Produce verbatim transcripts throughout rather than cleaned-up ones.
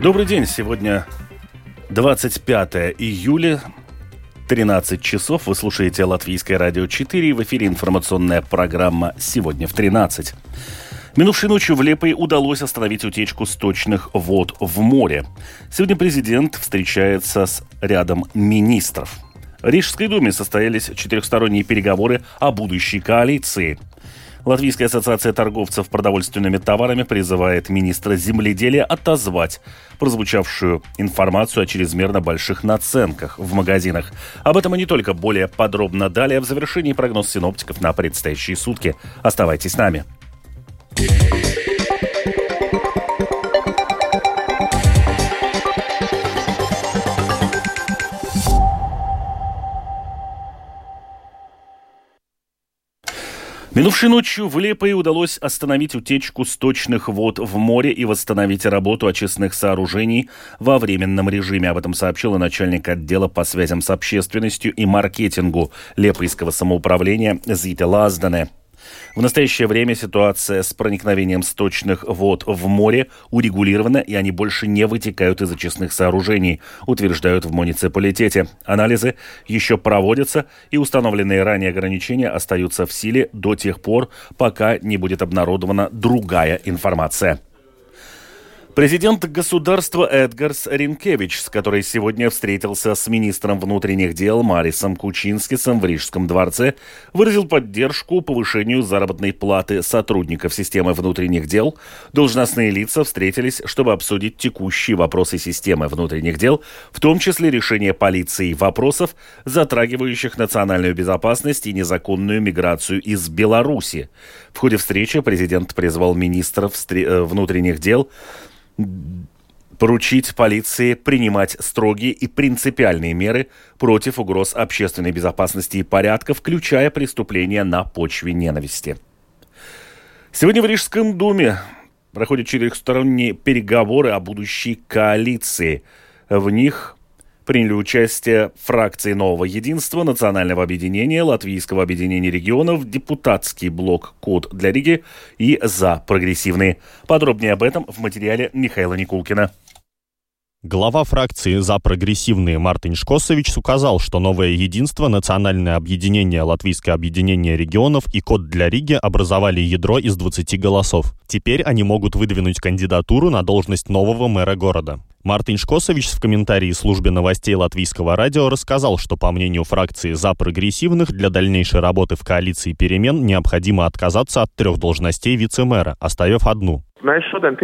Добрый день. Сегодня двадцать пятое июля, тринадцать часов. Вы слушаете Латвийское радио четыре. В эфире информационная программа «Сегодня в тринадцать». Минувшей ночью в Лепое удалось остановить утечку сточных вод в море. Сегодня президент встречается с рядом министров. В Рижской думе состоялись четырехсторонние переговоры о будущей коалиции. Латвийская ассоциация торговцев продовольственными товарами призывает министра земледелия отозвать прозвучавшую информацию о чрезмерно больших наценках в магазинах. Об этом и не только, более подробно далее в завершении прогноз синоптиков на предстоящие сутки. Оставайтесь с нами. Минувшей ночью в Лепое удалось остановить утечку сточных вод в море и восстановить работу очистных сооружений во временном режиме. Об этом сообщила начальник отдела по связям с общественностью и маркетингу Лепойского самоуправления Зита Лаздане. В настоящее время ситуация с проникновением сточных вод в море урегулирована, и они больше не вытекают из очистных сооружений, утверждают в муниципалитете. Анализы еще проводятся, и установленные ранее ограничения остаются в силе до тех пор, пока не будет обнародована другая информация. Президент государства Эдгарс Ринкевичс, который сегодня встретился с министром внутренних дел Марисом Кучинскисом в Рижском дворце, выразил поддержку повышению заработной платы сотрудников системы внутренних дел. Должностные лица встретились, чтобы обсудить текущие вопросы системы внутренних дел, в том числе решение полицией вопросов, затрагивающих национальную безопасность и незаконную миграцию из Беларуси. В ходе встречи президент призвал министров внутренних дел поручить полиции принимать строгие и принципиальные меры против угроз общественной безопасности и порядка, включая преступления на почве ненависти. Сегодня в Рижском думе проходят четырехсторонние переговоры о будущей коалиции. В них приняли участие фракции Нового единства, Национального объединения, Латвийского объединения регионов, депутатский блок «Код для Риги» и «За прогрессивные». Подробнее об этом в материале Михаила Никулкина. Глава фракции «За прогрессивные» Мартин Шкосович указал, что Новое единство, Национальное объединение, Латвийское объединение регионов и «Код для Риги» образовали ядро из двадцати голосов. Теперь они могут выдвинуть кандидатуру на должность нового мэра города. Мартин Шкосович в комментарии службе новостей Латвийского радио рассказал, что, по мнению фракции «За прогрессивных», для дальнейшей работы в коалиции перемен необходимо отказаться от трех должностей вице-мэра, оставив одну. Мы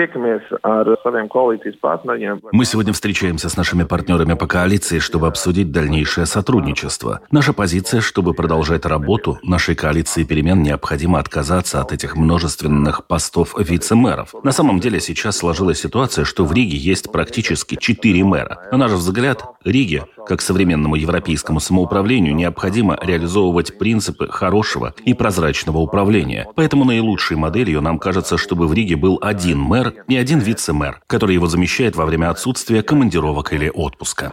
сегодня встречаемся с нашими партнерами по коалиции, чтобы обсудить дальнейшее сотрудничество. Наша позиция, чтобы продолжать работу нашей коалиции перемен, необходимо отказаться от этих множественных постов вице-мэров. На самом деле сейчас сложилась ситуация, что в Риге есть практически четыре мэра. На наш взгляд, Риге, как современному европейскому самоуправлению, необходимо реализовывать принципы хорошего и прозрачного управления. Поэтому наилучшей моделью нам кажется, чтобы в Риге был один мэр и один вице-мэр, который его замещает во время отсутствия командировок или отпуска.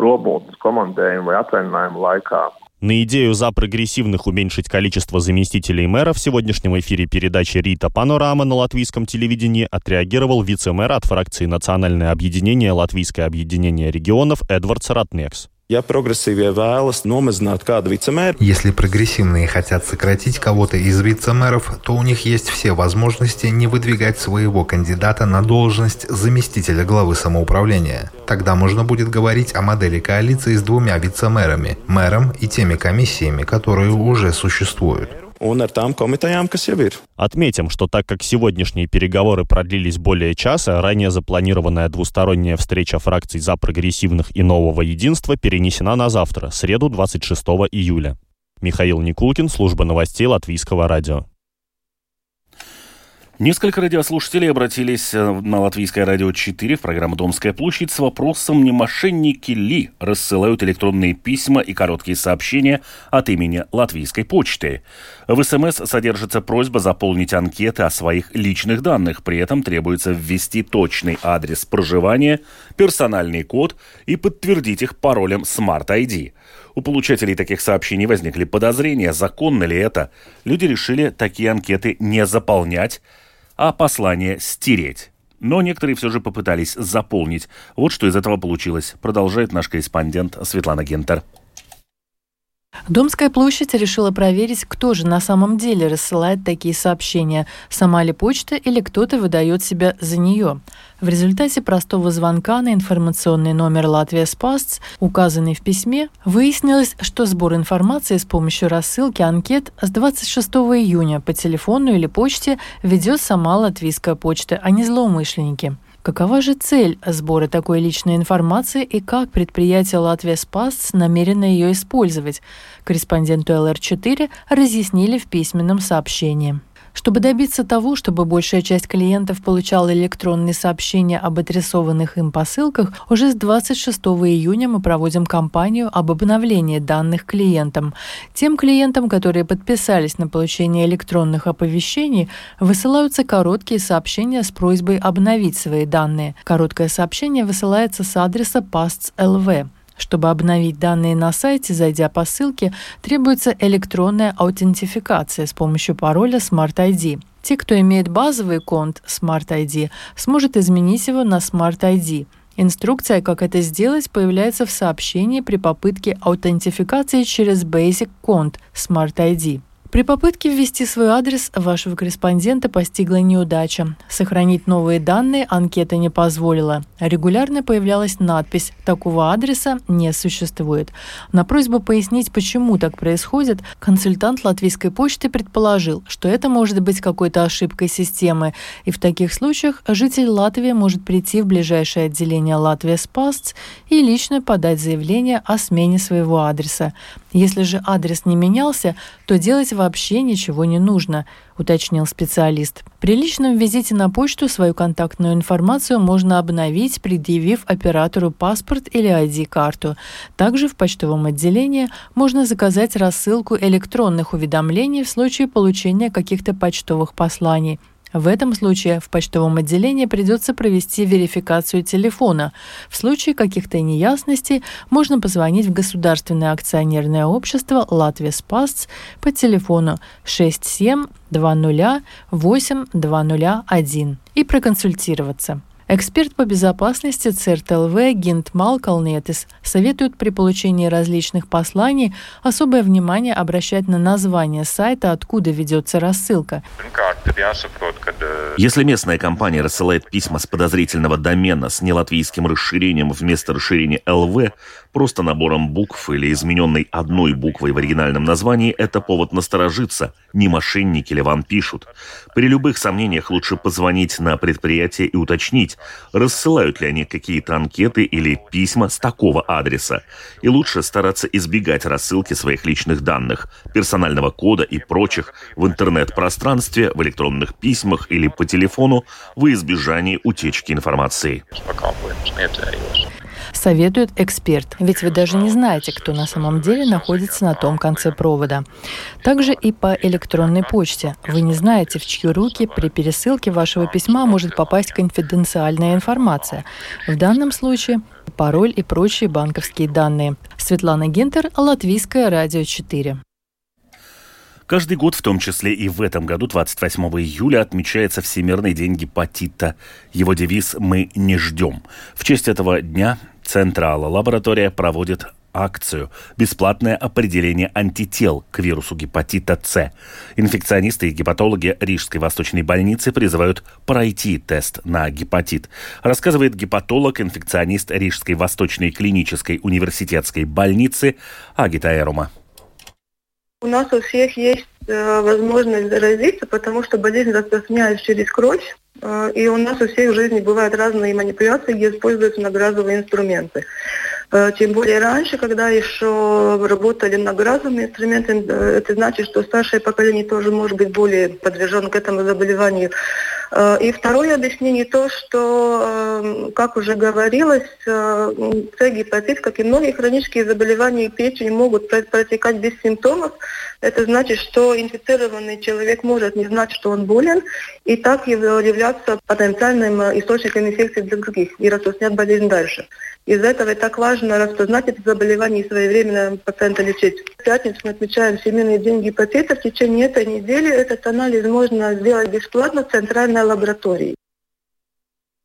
На идею «За прогрессивных» уменьшить количество заместителей мэра в сегодняшнем эфире передачи «Рита Панорама» на латвийском телевидении отреагировал вице-мэр от фракции «Национальное объединение, Латвийское объединение регионов» Эдвардс Ратнекс. Если прогрессивные хотят сократить кого-то из вице-мэров, то у них есть все возможности не выдвигать своего кандидата на должность заместителя главы самоуправления. Тогда можно будет говорить о модели коалиции с двумя вице-мэрами, мэром и теми комиссиями, которые уже существуют. Отметим, что так как сегодняшние переговоры продлились более часа, ранее запланированная двусторонняя встреча фракций «За прогрессивных» и «Нового единства» перенесена на завтра, среду двадцать шестого июля. Михаил Никулкин, служба новостей Латвийского радио. Несколько радиослушателей обратились на Латвийское радио четыре в программу «Домская площадь» с вопросом, не мошенники ли рассылают электронные письма и короткие сообщения от имени Латвийской почты. В СМС содержится просьба заполнить анкеты о своих личных данных. При этом требуется ввести точный адрес проживания, персональный код и подтвердить их паролем Smart ай ди. У получателей таких сообщений возникли подозрения, законно ли это. Люди решили такие анкеты не заполнять, а послание стереть. Но некоторые все же попытались заполнить. Вот что из этого получилось, продолжает наш корреспондент Светлана Гентер. Домская площадь решила проверить, кто же на самом деле рассылает такие сообщения, сама ли почта или кто-то выдает себя за нее. В результате простого звонка на информационный номер «Латвия Спасц», указанный в письме, выяснилось, что сбор информации с помощью рассылки анкет с двадцать шестого июня по телефону или почте ведет сама Латвийская почта, а не злоумышленники. Какова же цель сбора такой личной информации и как предприятие «Латвия Спасц» намерено ее использовать? Корреспонденту эл эр четыре разъяснили в письменном сообщении. Чтобы добиться того, чтобы большая часть клиентов получала электронные сообщения об адресованных им посылках, уже с двадцать шестого июня мы проводим кампанию об обновлении данных клиентам. Тем клиентам, которые подписались на получение электронных оповещений, высылаются короткие сообщения с просьбой обновить свои данные. Короткое сообщение высылается с адреса пастц точка эл ви. Чтобы обновить данные на сайте, зайдя по ссылке, требуется электронная аутентификация с помощью пароля Smart ай ди. Те, кто имеет базовый конт Smart ай ди, сможет изменить его на Smart ай ди. Инструкция, как это сделать, появляется в сообщении при попытке аутентификации через Basic конт Smart ай ди. При попытке ввести свой адрес вашего корреспондента постигла неудача. Сохранить новые данные анкета не позволила. Регулярно появлялась надпись «Такого адреса не существует». На просьбу пояснить, почему так происходит, консультант Латвийской почты предположил, что это может быть какой-то ошибкой системы, и в таких случаях житель Латвии может прийти в ближайшее отделение «Латвия Спасц» и лично подать заявление о смене своего адреса. Если же адрес не менялся, то делать вообще ничего не нужно, уточнил специалист. При личном визите на почту свою контактную информацию можно обновить, предъявив оператору паспорт или ай ди-карту. Также в почтовом отделении можно заказать рассылку электронных уведомлений в случае получения каких-то почтовых посланий. В этом случае в почтовом отделении придется провести верификацию телефона. В случае каких-то неясностей можно позвонить в государственное акционерное общество «Латвия Спасц» по телефону шесть семь два ноль восемь два ноль один и проконсультироваться. Эксперт по безопасности ЦЕРТ эл ви Гинтмал Калнетис советует при получении различных посланий особое внимание обращать на название сайта, откуда ведется рассылка. Если местная компания рассылает письма с подозрительного домена с нелатвийским расширением вместо расширения эл ви, просто набором букв или измененной одной буквой в оригинальном названии, это повод насторожиться, не мошенники ли вам пишут. При любых сомнениях лучше позвонить на предприятие и уточнить, рассылают ли они какие-то анкеты или письма с такого адреса. И лучше стараться избегать рассылки своих личных данных, персонального кода и прочих в интернет-пространстве, в электронных письмах или по телефону во избежание утечки информации. Советует эксперт, ведь вы даже не знаете, кто на самом деле находится на том конце провода. Также и по электронной почте. Вы не знаете, в чьи руки при пересылке вашего письма может попасть конфиденциальная информация. В данном случае пароль и прочие банковские данные. Светлана Гентер, Латвийское радио четыре. Каждый год, в том числе и в этом году, двадцать восьмого июля, отмечается Всемирный день гепатита. Его девиз «Мы не ждем». В честь этого дня Централа лаборатория проводит акцию «Бесплатное определение антител к вирусу гепатита С». Инфекционисты и гепатологи Рижской восточной больницы призывают пройти тест на гепатит. Рассказывает гепатолог, инфекционист Рижской восточной клинической университетской больницы Агита Эрума. У нас у всех есть э, возможность заразиться, потому что болезнь распространяется через кровь, э, и у нас у всех в жизни бывают разные манипуляции, где используются многоразовые инструменты. Э, тем более раньше, когда еще работали многоразовыми инструментами, э, это значит, что старшее поколение тоже может быть более подвержено к этому заболеванию. И второе объяснение то, что, как уже говорилось, С-гепатит, как и многие хронические заболевания печени, могут протекать без симптомов. Это значит, что инфицированный человек может не знать, что он болен, и так являться потенциальным источником инфекции для других и распространять болезнь дальше. Из-за этого и так важно распознать это заболевание и своевременно пациента лечить. В пятницу мы отмечаем Всемирный день гепатита. В течение этой недели этот анализ можно сделать бесплатно в центральной лаборатории.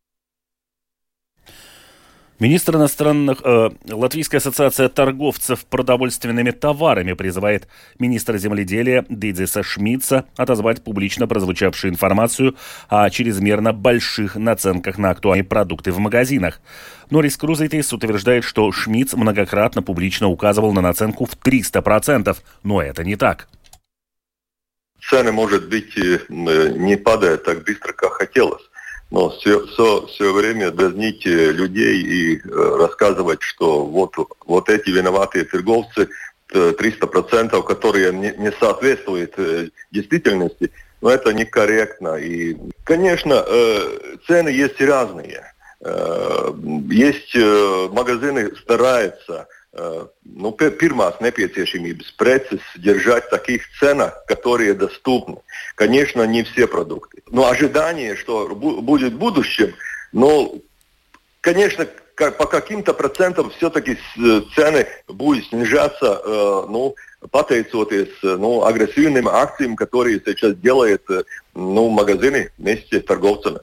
Министр иностранных... Э, Латвийская ассоциация торговцев продовольственными товарами призывает министра земледелия Дидзиса Шмидца отозвать публично прозвучавшую информацию о чрезмерно больших наценках на актуальные продукты в магазинах. Норис Крузайтис утверждает, что Шмидц многократно публично указывал на наценку в триста процентов, но это не так. Цены, может быть, не падают так быстро, как хотелось. Но все, все, все время дразнить людей и рассказывать, что вот, вот эти виноватые торговцы, триста процентов, которые не, не соответствуют действительности, но это некорректно. И, конечно, цены есть разные. Есть магазины стараются ну, pirmās nepieciešamības preces держать в таких ценах, которые доступны. Конечно, не все продукты. Но ожидание, что будет в будущем, но, конечно, по каким-то процентам все-таки цены будут снижаться, ну, pateicoties, ну, агрессивным акциям, которые сейчас делают, ну, магазины вместе с торговцами.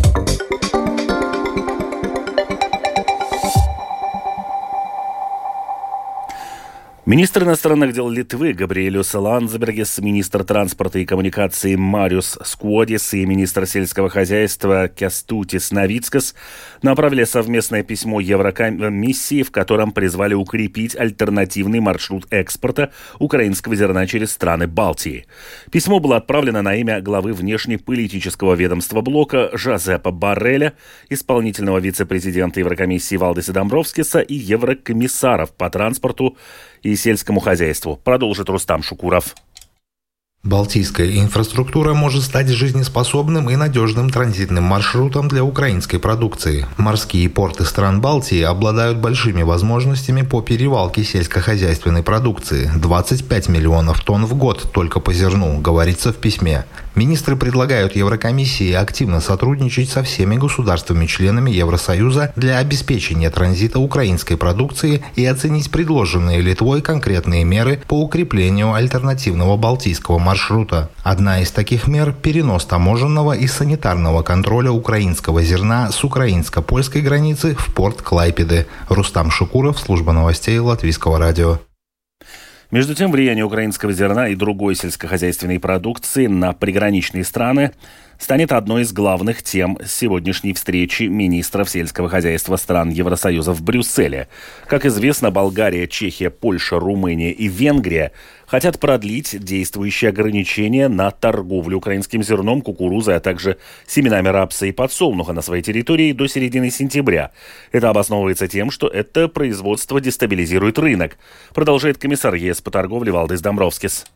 Министр иностранных дел Литвы Габриэлюс Ландсбергис, министр транспорта и коммуникации Мариус Скуодис и министр сельского хозяйства Кястутис Навицкас направили совместное письмо Еврокомиссии, в котором призвали укрепить альтернативный маршрут экспорта украинского зерна через страны Балтии. Письмо было отправлено на имя главы внешнеполитического ведомства блока Жозепа Борреля, исполнительного вице-президента Еврокомиссии Валдиса Домбровскиса и еврокомиссаров по транспорту и сельскому хозяйству. Продолжит Рустам Шукуров. Балтийская инфраструктура может стать жизнеспособным и надежным транзитным маршрутом для украинской продукции. Морские порты стран Балтии обладают большими возможностями по перевалке сельскохозяйственной продукции. двадцать пять миллионов тонн в год только по зерну, говорится в письме. Министры предлагают Еврокомиссии активно сотрудничать со всеми государствами-членами Евросоюза для обеспечения транзита украинской продукции и оценить предложенные Литвой конкретные меры по укреплению альтернативного балтийского маршрута. Одна из таких мер – перенос таможенного и санитарного контроля украинского зерна с украинско-польской границы в порт Клайпеды. Рустам Шукуров, служба новостей Латвийского радио. Между тем, влияние украинского зерна и другой сельскохозяйственной продукции на приграничные страны станет одной из главных тем сегодняшней встречи министров сельского хозяйства стран Евросоюза в Брюсселе. Как известно, Болгария, Чехия, Польша, Румыния и Венгрия хотят продлить действующие ограничения на торговлю украинским зерном, кукурузой, а также семенами рапса и подсолнуха на своей территории до середины сентября. Это обосновывается тем, что это производство дестабилизирует рынок, продолжает комиссар ЕС по торговле Валдис Домбровскис.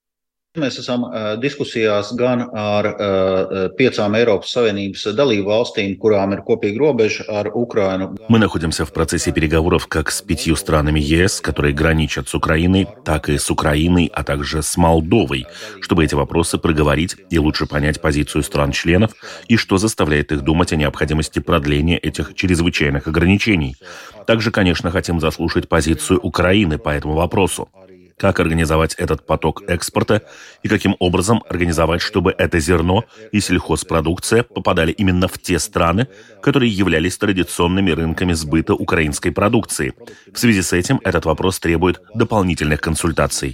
Mēs esam diskusijās gan ar piecām Eiropas Savienības dalību valstīm, kurām ir kopīga robeža ar Украину. Мы находимся в процессе переговоров как с пятью странами ЕС, которые граничат с Украиной, так и с Украиной, а также с Молдовой, чтобы эти вопросы проговорить и лучше понять позицию стран-членов и что заставляет их думать о необходимости продления этих чрезвычайных ограничений. Также, конечно, хотим заслушать позицию Украины по этому вопросу. Как организовать этот поток экспорта и каким образом организовать, чтобы это зерно и сельхозпродукция попадали именно в те страны, которые являлись традиционными рынками сбыта украинской продукции. В связи с этим этот вопрос требует дополнительных консультаций.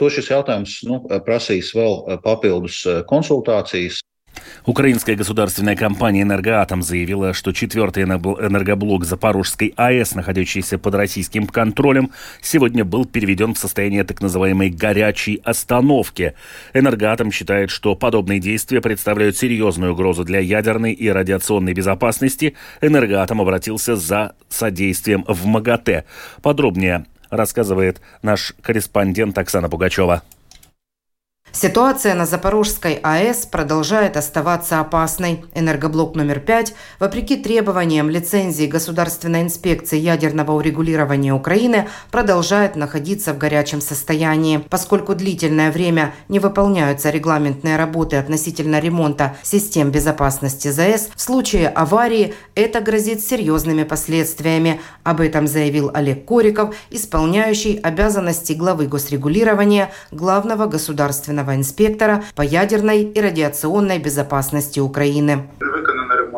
Украинская государственная компания «Энергоатом» заявила, что четвертый энергоблок Запорожской АЭС, находящийся под российским контролем, сегодня был переведен в состояние так называемой «горячей остановки». «Энергоатом» считает, что подобные действия представляют серьезную угрозу для ядерной и радиационной безопасности. «Энергоатом» обратился за содействием в МАГАТЭ. Подробнее рассказывает наш корреспондент Оксана Пугачева. Ситуация на Запорожской АЭС продолжает оставаться опасной. Энергоблок номер пять, вопреки требованиям лицензии Государственной инспекции ядерного урегулирования Украины, продолжает находиться в горячем состоянии. Поскольку длительное время не выполняются регламентные работы относительно ремонта систем безопасности ЗАЭС, в случае аварии это грозит серьезными последствиями. Об этом заявил Олег Кориков, исполняющий обязанности главы госрегулирования Главного государственного инспектора по ядерной и радиационной безопасности Украины.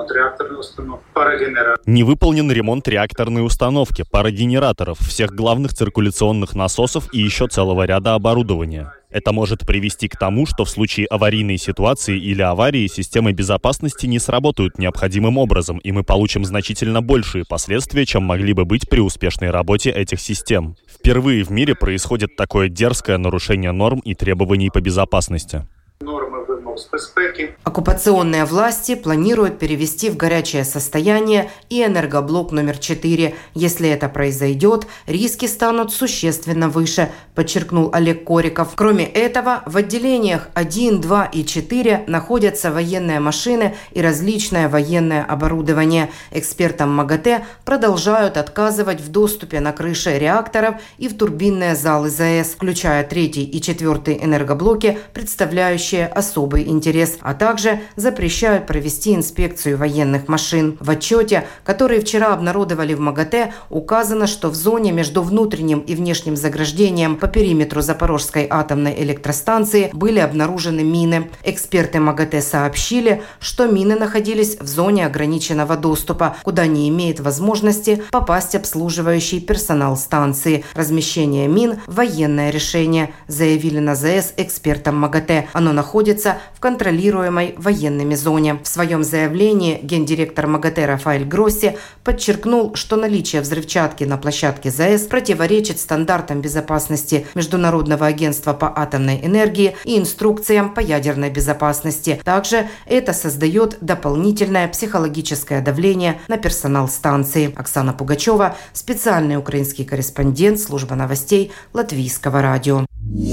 Не выполнен ремонт реакторной установки, парогенераторов, всех главных циркуляционных насосов и еще целого ряда оборудования. Это может привести к тому, что в случае аварийной ситуации или аварии системы безопасности не сработают необходимым образом, и мы получим значительно большие последствия, чем могли бы быть при успешной работе этих систем. Впервые в мире происходит такое дерзкое нарушение норм и требований по безопасности. Оккупационные власти планируют перевести в горячее состояние и энергоблок номер четыре. Если это произойдет, риски станут существенно выше, подчеркнул Олег Кориков. Кроме этого, в отделениях один, два и четыре находятся военные машины и различное военное оборудование. Экспертам МАГАТЭ продолжают отказывать в доступе на крыши реакторов и в турбинные залы ЗАЭС, включая третий и четвертый энергоблоки, представляющие особый интерес, а также запрещают провести инспекцию военных машин. В отчете, который вчера обнародовали в МАГАТЭ, указано, что в зоне между внутренним и внешним заграждением по периметру Запорожской атомной электростанции были обнаружены мины. Эксперты МАГАТЭ сообщили, что мины находились в зоне ограниченного доступа, куда не имеет возможности попасть обслуживающий персонал станции. Размещение мин – военное решение, заявили на ЗАЭС экспертам МАГАТЭ. Оно находится в контролируемой военными зоне. В своем заявлении гендиректор МАГАТЭ Рафаэль Гросси подчеркнул, что наличие взрывчатки на площадке ЗАЭС противоречит стандартам безопасности Международного агентства по атомной энергии и инструкциям по ядерной безопасности. Также это создает дополнительное психологическое давление на персонал станции. Оксана Пугачева, специальный украинский корреспондент, служба новостей Латвийского радио.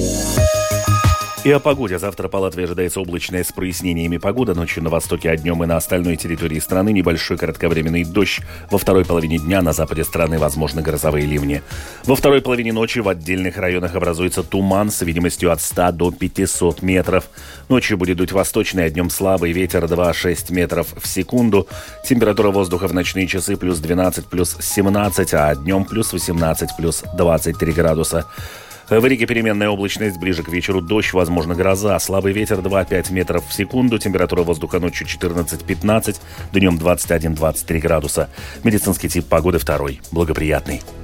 И о погоде. Завтра по Латвии ожидается облачная с прояснениями погода. Ночью на востоке, а днем и на остальной территории страны небольшой кратковременный дождь. Во второй половине дня на западе страны возможны грозовые ливни. Во второй половине ночи в отдельных районах образуется туман с видимостью от ста до пятисот метров. Ночью будет дуть восточный, а днем слабый ветер два-шесть метров в секунду. Температура воздуха в ночные часы плюс двенадцать, плюс семнадцать, а днем плюс восемнадцать, плюс двадцать три градуса. В Риге переменная облачность, ближе к вечеру дождь, возможно гроза, слабый ветер два-пять метров в секунду, температура воздуха ночью четырнадцать-пятнадцать, днем двадцать один-двадцать три градуса. Медицинский тип погоды второй, благоприятный.